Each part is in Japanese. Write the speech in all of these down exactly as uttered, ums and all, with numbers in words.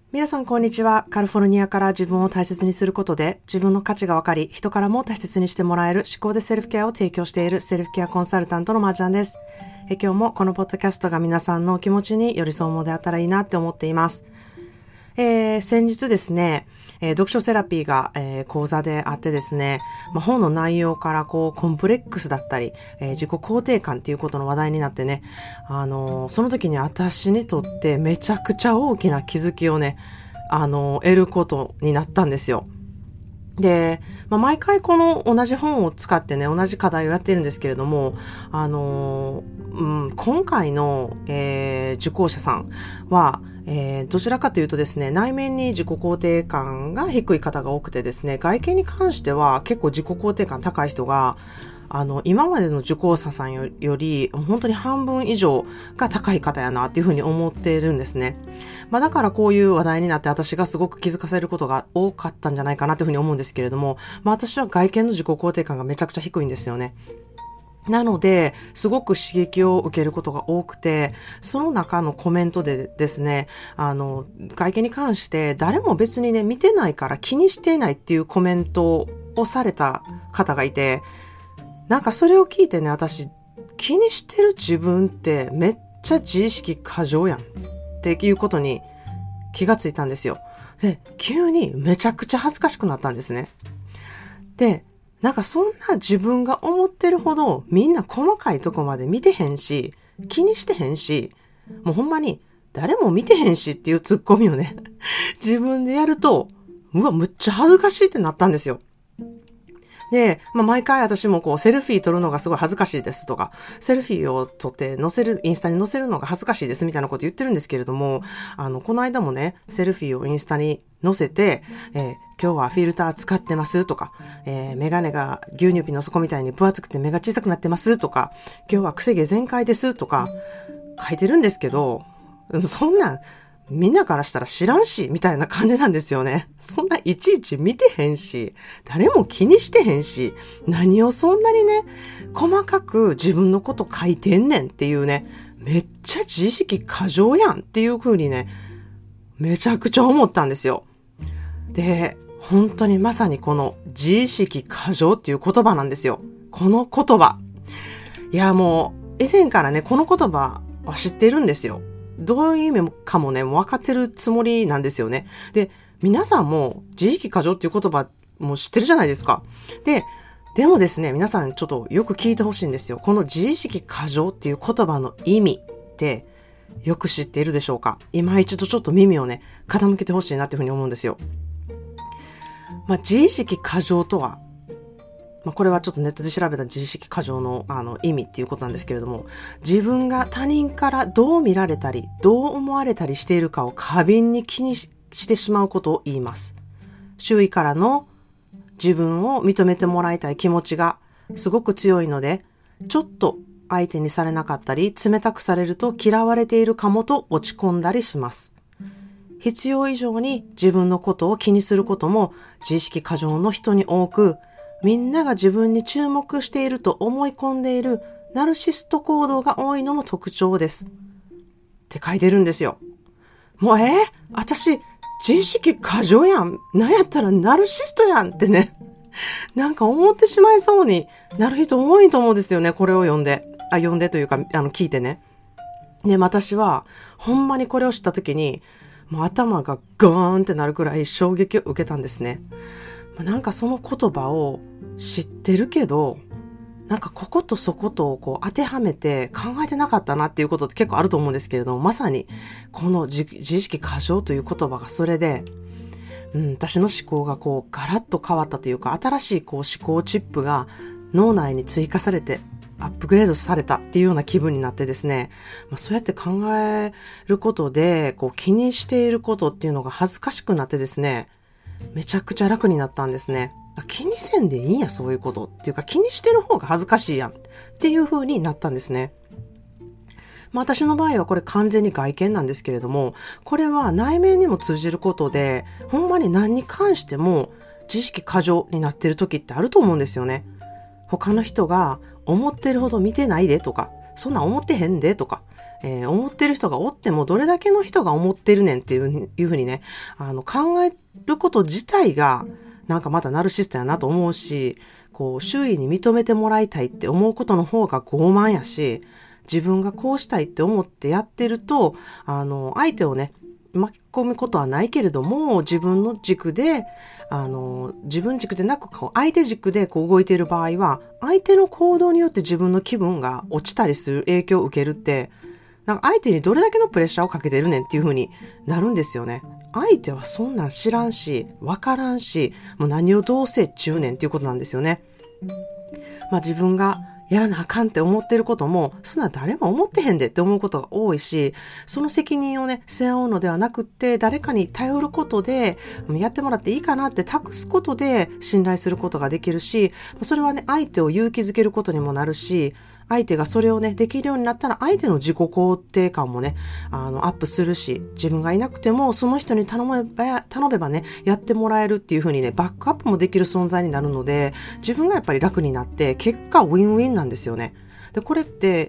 皆さんこんにちは。カリフォルニアから自分を大切にすることで自分の価値が分かり、人からも大切にしてもらえる思考でセルフケアを提供しているセルフケアコンサルタントのまーちゃんです。え今日もこのポッドキャストが皆さんの気持ちに寄り添うものであったらいいなって思っています。えー、先日ですね、えー、読書セラピーが、えー、講座であってですね、まあ、本の内容からこうコンプレックスだったり、えー、自己肯定感っていうことの話題になってね、あのー、その時に私にとってめちゃくちゃ大きな気づきをね、あのー、得ることになったんですよ。で、まあ、毎回この同じ本を使ってね、同じ課題をやっているんですけれども、あのーうん、今回の、えー、受講者さんは、えー、どちらかというとですね、内面に自己肯定感が低い方が多くてですね、外見に関しては結構自己肯定感高い人が、あの、今までの受講者さんより、本当に半分以上が高い方やなっていうふうに思っているんですね。まあだからこういう話題になって私がすごく気づかせることが多かったんじゃないかなというふうに思うんですけれども、まあ私は外見の自己肯定感がめちゃくちゃ低いんですよね。なので、すごく刺激を受けることが多くて、その中のコメントでですね、あの、外見に関して誰も別にね、見てないから気にしていないっていうコメントをされた方がいて、なんかそれを聞いてね、私、気にしてる自分ってめっちゃ自意識過剰やんっていうことに気がついたんですよ。で、急にめちゃくちゃ恥ずかしくなったんですね。で、なんかそんな自分が思ってるほどみんな細かいとこまで見てへんし、気にしてへんし、もうほんまに誰も見てへんしっていうツッコミをね、自分でやると、うわ、むっちゃ恥ずかしいってなったんですよ。で、まあ、毎回私もこう、セルフィー撮るのがすごい恥ずかしいですとか、セルフィーを撮って載せる、インスタに載せるのが恥ずかしいですみたいなこと言ってるんですけれども、あの、この間もね、セルフィーをインスタに載せて、えー、今日はフィルター使ってますとか、えー、メガネが牛乳瓶の底みたいに分厚くて目が小さくなってますとか、今日は癖毛全開ですとか、書いてるんですけど、そんなん、みんなからしたら知らんし、みたいな感じなんですよね。そんないちいち見てへんし、誰も気にしてへんし、何をそんなにね、細かく自分のこと書いてんねんっていうね、めっちゃ自意識過剰やんっていう風にね、めちゃくちゃ思ったんですよ。で、本当にまさにこの自意識過剰っていう言葉なんですよ。この言葉。いや、もう、以前からね、この言葉は知ってるんですよ。どういう意味かもね、分かってるつもりなんですよね。で、皆さんも自意識過剰っていう言葉も知ってるじゃないですか。で、でもですね、皆さんちょっとよく聞いてほしいんですよ。この自意識過剰っていう言葉の意味ってよく知っているでしょうか？今一度ちょっと耳をね、傾けてほしいなっていうふうに思うんですよ。まあ、自意識過剰とは、まあ、これはちょっとネットで調べた自意識過剰の、あの意味っていうことなんですけれども、自分が他人からどう見られたり、どう思われたりしているかを過敏に気に し, してしまうことを言います。周囲からの自分を認めてもらいたい気持ちがすごく強いので、ちょっと相手にされなかったり、冷たくされると嫌われているかもと落ち込んだりします。必要以上に自分のことを気にすることも自意識過剰の人に多く、みんなが自分に注目していると思い込んでいるナルシスト行動が多いのも特徴です。って書いてるんですよ。もうえー、私、自意識過剰やん。なんやったらナルシストやんってね。なんか思ってしまいそうになる人多いと思うんですよね。これを読んで。あ、読んでというか、あの、聞いてね。で、私は、ほんまにこれを知ったときに、もう頭がガーンってなるくらい衝撃を受けたんですね。なんかその言葉を知ってるけど、なんかこことそことをこう当てはめて考えてなかったなっていうことって結構あると思うんですけれども、まさにこの 自, 自意識過剰という言葉がそれで、うん、私の思考がこうガラッと変わったというか、新しいこう思考チップが脳内に追加されてアップグレードされたっていうような気分になってですね、まあ、そうやって考えることでこう気にしていることっていうのが恥ずかしくなってですね、めちゃくちゃ楽になったんですね。気にせんでいいんや、そういうことっていうか、気にしてる方が恥ずかしいやんっていう風になったんですね。まあ私の場合はこれ完全に外見なんですけれども、これは内面にも通じることで、ほんまに何に関しても自意識過剰になってる時ってあると思うんですよね。他の人が思ってるほど見てないでとか、 そんなん思ってへんでとか、えー、思ってる人がおってもどれだけの人が思ってるねんっていういうふうにね、あの考えること自体がなんかまたナルシストやなと思うし、こう周囲に認めてもらいたいって思うことの方が傲慢やし、自分がこうしたいって思ってやってると、あの相手をね巻き込むことはないけれども、自分の軸で、あの、自分軸でなく、相手軸でこう動いている場合は、相手の行動によって自分の気分が落ちたりする影響を受けるって、なんか相手にどれだけのプレッシャーをかけてるねんっていう風になるんですよね。相手はそんなん知らんし、わからんし、もう何をどうせっちゅうねんっていうことなんですよね。まあ自分がやらなあかんって思ってることも、そんな誰も思ってへんでって思うことが多いし、その責任をね、背負うのではなくって、誰かに頼ることで、やってもらっていいかなって託すことで信頼することができるし、それはね、相手を勇気づけることにもなるし、相手がそれをね、できるようになったら、相手の自己肯定感もね、あの、アップするし、自分がいなくても、その人に頼めば、頼めばね、やってもらえるっていう風にね、バックアップもできる存在になるので、自分がやっぱり楽になって、結果、ウィンウィンなんですよね。で、これって、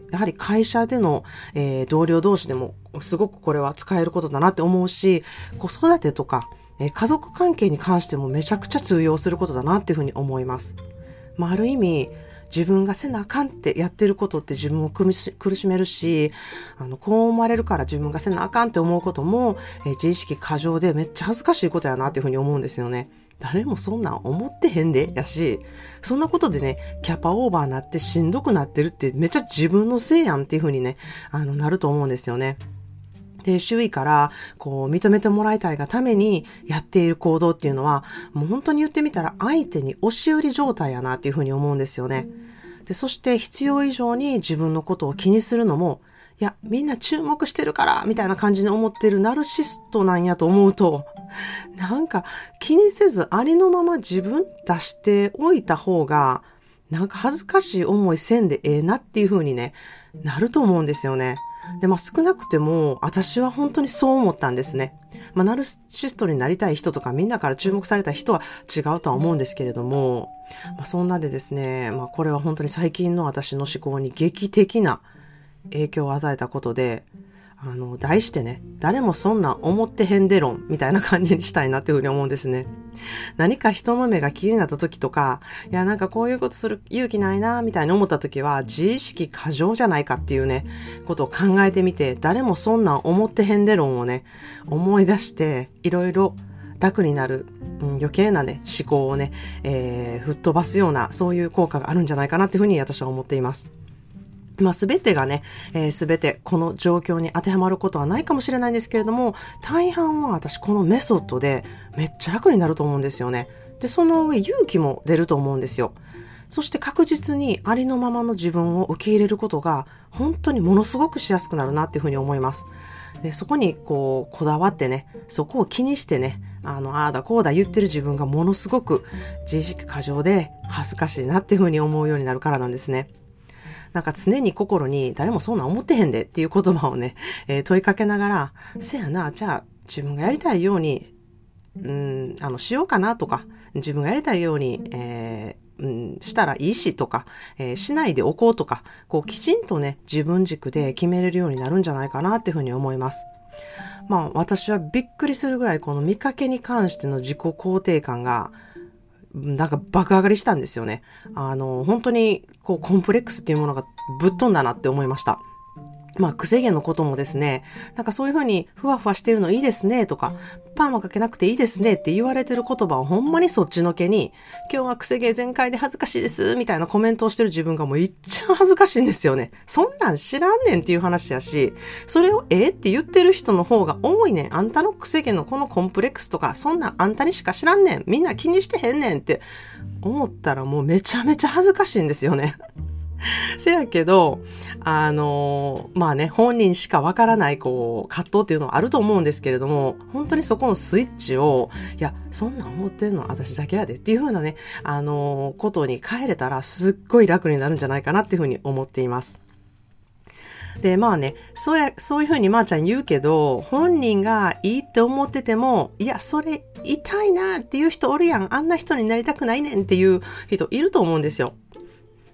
やはり会社での、えー、同僚同士でも、すごくこれは使えることだなって思うし、子育てとか、えー、家族関係に関してもめちゃくちゃ通用することだなっていう風に思います。まあ、ある意味、自分がせなあかんってやってることって自分を苦し、苦しめるし、あの、こう思われるから自分がせなあかんって思うことも、えー、自意識過剰でめっちゃ恥ずかしいことやなっていうふうに思うんですよね。誰もそんなん思ってへんでやし、そんなことでね、キャパオーバーになってしんどくなってるってめっちゃ自分のせいやんっていうふうにね、あの、なると思うんですよね。で、周囲から、こう、認めてもらいたいがためにやっている行動っていうのは、もう本当に言ってみたら相手に押し売り状態やなっていうふうに思うんですよね。で、そして必要以上に自分のことを気にするのも、いや、みんな注目してるから、みたいな感じに思ってるナルシストなんやと思うと、なんか気にせずありのまま自分出しておいた方が、なんか恥ずかしい思いせんでええなっていう風にね、なると思うんですよね。で、まあ少なくても私は本当にそう思ったんですね。まあナルシストになりたい人とかみんなから注目された人は違うとは思うんですけれども、まあそんなでですね、まあこれは本当に最近の私の思考に劇的な影響を与えたことで、あの、題してね、誰もそんな思ってへんで論みたいな感じにしたいなっていうふうに思うんですね。何か人の目が気になった時とか、いやなんかこういうことする勇気ないなみたいに思った時は、自意識過剰じゃないかっていうね、ことを考えてみて、誰もそんなん思ってへんで論をね、思い出して、いろいろ楽になる、うん、余計なね、思考をね、えー、吹っ飛ばすような、そういう効果があるんじゃないかなっていうふうに私は思っています。まあ、すべてがね、えー、すべてこの状況に当てはまることはないかもしれないんですけれども、大半は私このメソッドでめっちゃ楽になると思うんですよね。で、その上勇気も出ると思うんですよ。そして確実にありのままの自分を受け入れることが本当にものすごくしやすくなるなっていうふうに思います。で、そこにこうこだわってね、そこを気にしてね、あの、ああだこうだ言ってる自分がものすごく自意識過剰で恥ずかしいなっていうふうに思うようになるからなんですね。なんか常に心に誰もそんなん思ってへんでっていう言葉をね、えー、問いかけながら、せやな、じゃあ自分がやりたいように、うん、あの、しようかなとか、自分がやりたいように、えーうん、したらいいしとか、えー、しないでおこうとか、こうきちんとね、自分軸で決めれるようになるんじゃないかなっていうふうに思います。まあ私はびっくりするぐらいこの見かけに関しての自己肯定感がなんか爆上がりしたんですよね。あの、本当にこうコンプレックスっていうものがぶっ飛んだなって思いました。まあ、癖毛のこともですね、なんかそういうふうにふわふわしてるのいいですねとか、パーマかけなくていいですねって言われてる言葉をほんまにそっちのけに、今日は癖毛全開で恥ずかしいですみたいなコメントをしてる自分がもういっちゃ恥ずかしいんですよね。そんなん知らんねんっていう話やし、それをええって言ってる人の方が多いねん。あんたの癖毛のこのコンプレックスとか、そんなんあんたにしか知らんねん。みんな気にしてへんねんって思ったらもうめちゃめちゃ恥ずかしいんですよね。せやけど、あのー、まあね、本人しかわからない、こう、葛藤っていうのはあると思うんですけれども、本当にそこのスイッチを、いや、そんなん思ってんの私だけやでっていう風なね、あのー、ことに変えれたら、すっごい楽になるんじゃないかなっていう風に思っています。で、まあね、そうや、そういう風にまーちゃん言うけど、本人がいいって思ってても、いや、それ痛いなっていう人おるやん。あんな人になりたくないねんっていう人いると思うんですよ。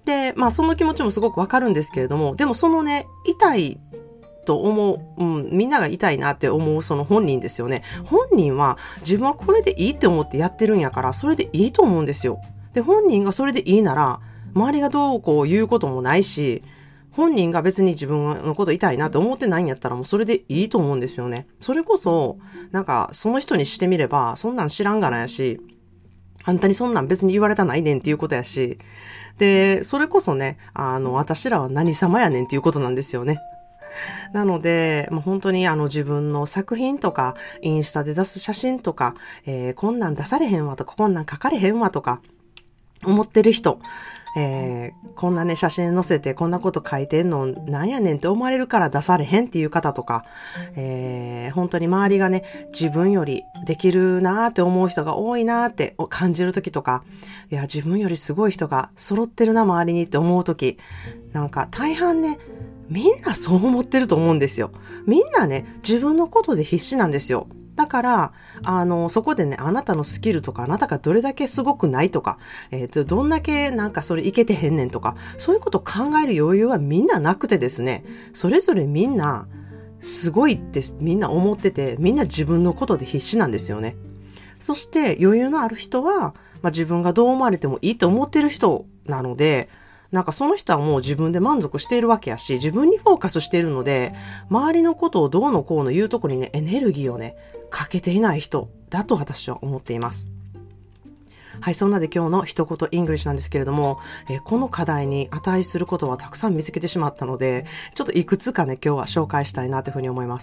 で、まあその気持ちもすごくわかるんですけれども、でもそのね、痛いと思う、うん、みんなが痛いなって思うその本人ですよね。本人は自分はこれでいいって思ってやってるんやから、それでいいと思うんですよ。で、本人がそれでいいなら、周りがどうこう言うこともないし、本人が別に自分のこと痛いなって思ってないんやったらもうそれでいいと思うんですよね。それこそ、なんかその人にしてみれば、そんなん知らんがなやし、あんたにそんなん別に言われたないねんっていうことやし、で、それこそね、あの、私らは何様やねんっていうことなんですよね。なので、もう本当にあの自分の作品とか、インスタで出す写真とか、えー、こんなん出されへんわとか、こんなん書かれへんわとか、思ってる人、えー、こんなね、写真載せてこんなこと書いてんのなんやねんって思われるから出されへんっていう方とか、えー、本当に周りがね、自分よりできるなーって思う人が多いなーって感じるときとか、いや、自分よりすごい人が揃ってるな、周りにって思うとき、なんか大半ね、みんなそう思ってると思うんですよ。みんなね、自分のことで必死なんですよ。だから、あの、そこでね、あなたのスキルとか、あなたがどれだけすごくないとか、えっと、どんだけなんかそれいけてへんねんとか、そういうことを考える余裕はみんななくてですね、それぞれみんな、すごいってみんな思ってて、みんな自分のことで必死なんですよね。そして余裕のある人は、まあ、自分がどう思われてもいいと思ってる人なので、なんかその人はもう自分で満足しているわけやし、自分にフォーカスしているので、周りのことをどうのこうの言うとこにね、エネルギーをね、かけていない人だと私は思っています。はい、そんなで今日の一言イングリッシュなんですけれども、えー、この課題に値することはたくさん見つけてしまったので、ちょっといくつかね、今日は紹介したいなというふうに思います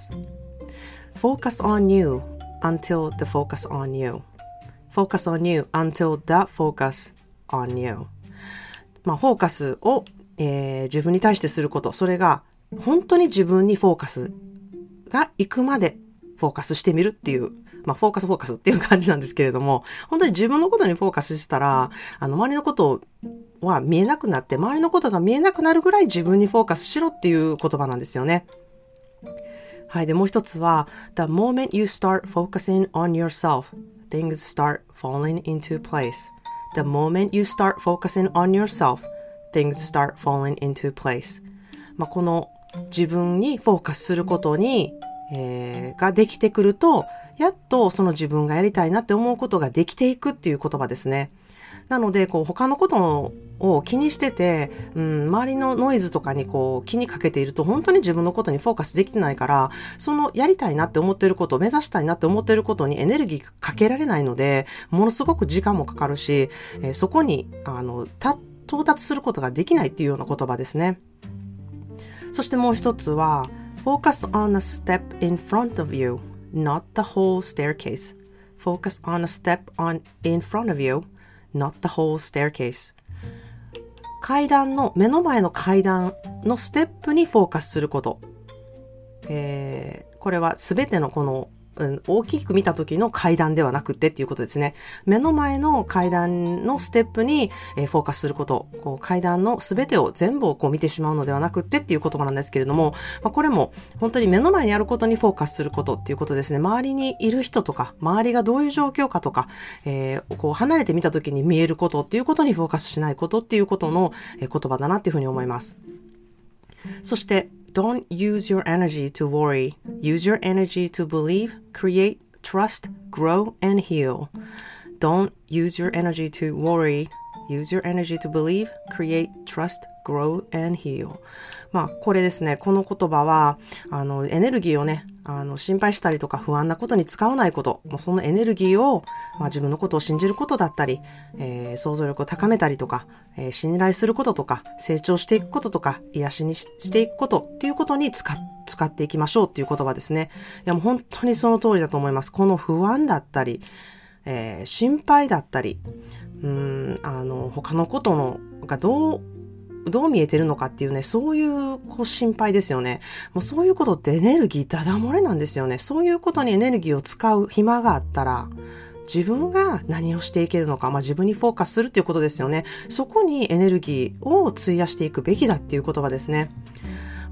。Focus on you until the focus on you.Focus on you until the focus on you. まあ、フォーカスを、えー、自分に対してすること、それが本当に自分にフォーカスが行くまでフォーカスしてみるっていう、まあ、フォーカスフォーカスっていう感じなんですけれども、本当に自分のことにフォーカスしたら、あの、周りのことは見えなくなって、周りのことが見えなくなるぐらい自分にフォーカスしろっていう言葉なんですよね。はい。で、もう一つは、The moment you start focusing on yourself,things start falling into place.The moment you start focusing on yourself, things start falling into place. まあ、この自分にフォーカスすることに、えー、ができてくると、やっとその自分がやりたいなって思うことができていくっていう言葉ですね。なので、こう他のことを気にしてて、うん、周りのノイズとかにこう気にかけていると本当に自分のことにフォーカスできてないから、そのやりたいなって思ってること、目指したいなって思ってることにエネルギーかけられないので、ものすごく時間もかかるし、えー、そこにあのた到達することができないっていうような言葉ですね。そしてもう一つは、Focus on a step in front of you, not the whole staircase. Focus on a step on in front of you.Not the whole staircase. 階段の、目の前の階段のステップにフォーカスすること。えー、これはすべてのこの、うん、大きく見た時の階段ではなくてっていうことですね。目の前の階段のステップに、えー、フォーカスすること。こう階段のすべてを全部をこう見てしまうのではなくてっていう言葉なんですけれども、まあ、これも本当に目の前にあることにフォーカスすることっていうことですね。周りにいる人とか、周りがどういう状況かとか、えー、こう離れてみた時に見えることっていうことにフォーカスしないことっていうことの、えー、言葉だなっていうふうに思います。そして、Don't use your energy to worry. Use your energy to believe, create, trust, grow, and heal. Don't use your energy to worry. Use your energy to believe, create, trust, grow, and heal. まあ、これですね。この言葉は、あの、エネルギーをね、あの、心配したりとか不安なことに使わないこと。もうそのエネルギーを、まあ、自分のことを信じることだったり、えー、想像力を高めたりとか、えー、信頼することとか、成長していくこととか、癒しに し, していくことっていうことに使っ、使っていきましょうっていう言葉ですね。いや、もう本当にその通りだと思います。この不安だったり、えー、心配だったり、うーん、あの、他のことのがどう、どう見えてるのかっていうね、そういうこう心配ですよね。もうそういうことってエネルギーダダ漏れなんですよね。そういうことにエネルギーを使う暇があったら、自分が何をしていけるのか、まあ自分にフォーカスするっていうことですよね。そこにエネルギーを費やしていくべきだっていう言葉ですね。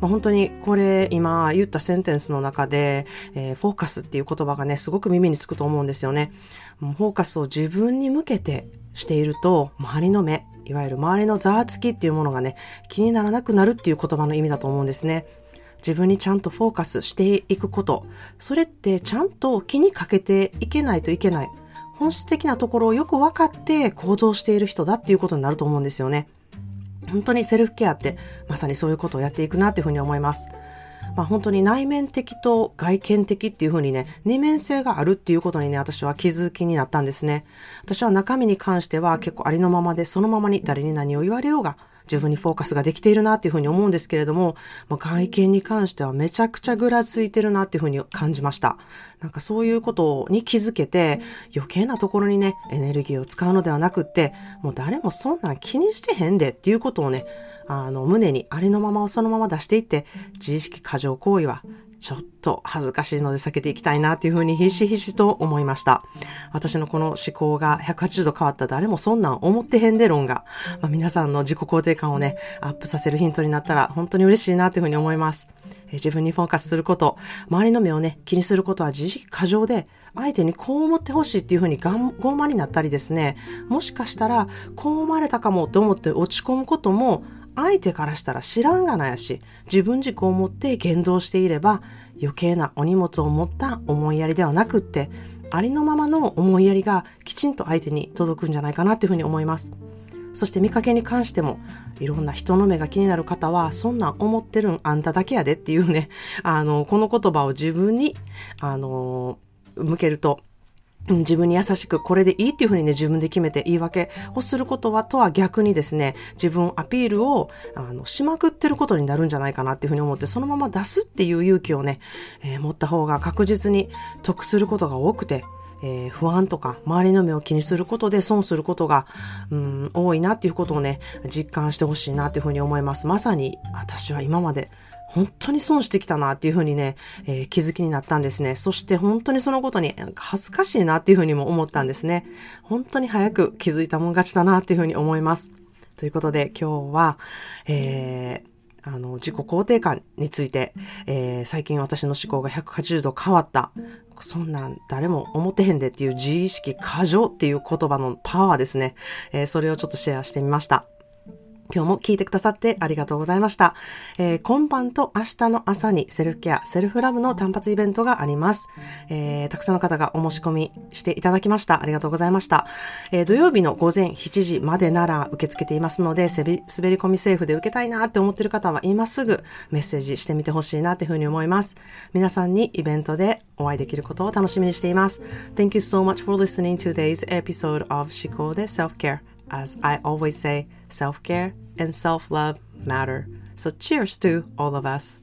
まあ、本当にこれ今言ったセンテンスの中で、えー、フォーカスっていう言葉がね、すごく耳につくと思うんですよね。フォーカスを自分に向けてしていると、周りの目、いわゆる周りのざわつきっていうものがね、気にならなくなるっていう言葉の意味だと思うんですね。自分にちゃんとフォーカスしていくこと。それってちゃんと気にかけていけないといけない。本質的なところをよく分かって行動している人だっていうことになると思うんですよね。本当にセルフケアってまさにそういうことをやっていくなっていうふうに思います。まあ本当に内面的と外見的っていうふうにね、二面性があるっていうことにね、私は気づきになったんですね。私は中身に関しては結構ありのままで、そのままに誰に何を言われようが自分にフォーカスができているなっていうふうに思うんですけれども、まあ、外見に関してはめちゃくちゃぐらついてるなっていうふうに感じました。なんかそういうことに気づけて、余計なところにね、エネルギーを使うのではなくって、もう誰もそんなん気にしてへんでっていうことをね、あの胸にありのままをそのまま出していって、自意識過剰行為はちょっと恥ずかしいので避けていきたいなっていうふうにひしひしと思いました。私のこの思考がひゃくはちじゅうど変わった誰もそんなん思ってへんで論が、まあ、皆さんの自己肯定感をね、アップさせるヒントになったら本当に嬉しいなというふうに思います。え自分にフォーカスすること、周りの目をね、気にすることは自意識過剰で、相手にこう思ってほしいっていうふうに傲慢になったりですね、もしかしたらこう思われたかもと思って落ち込むことも、相手からしたら知らんがなやし、自分軸を持って言動していれば余計なお荷物を持った思いやりではなくって、ありのままの思いやりがきちんと相手に届くんじゃないかなというふうに思います。そして見かけに関しても、いろんな人の目が気になる方は、そんなん思ってるんあんただけやでっていうね、あの、この言葉を自分に、あの、向けると、自分に優しくこれでいいっていうふうにね、自分で決めて言い訳をすることはとは逆にですね、自分アピールをあのしまくってることになるんじゃないかなっていうふうに思って、そのまま出すっていう勇気をね、えー、持った方が確実に得することが多くて、えー、不安とか周りの目を気にすることで損することが、うん、多いなっていうことをね、実感してほしいなっていうふうに思います。まさに私は今まで本当に損してきたなっていうふうにね、えー、気づきになったんですね。そして本当にそのことに恥ずかしいなっていうふうにも思ったんですね。本当に早く気づいたもん勝ちだなっていうふうに思います。ということで今日は、えー、あの自己肯定感について、えー、最近私の思考がひゃくはちじゅうど変わった。そんなん誰も思ってへんでっていう自意識過剰っていう言葉のパワーですね。えー、それをちょっとシェアしてみました。今日も聞いてくださってありがとうございました。えー、今晩と明日の朝にセルフケア、セルフラブの単発イベントがあります。えー、たくさんの方がお申し込みしていただきました。ありがとうございました。えー、土曜日の午前しちじまでなら受け付けていますので、滑り込みセーフで受けたいなって思っている方は今すぐメッセージしてみてほしいなっていうふうに思います。皆さんにイベントでお会いできることを楽しみにしています。Thank you so much for listening to today's episode of 思考で Self-Care.As I always say, self-care and self-love matter. So cheers to all of us.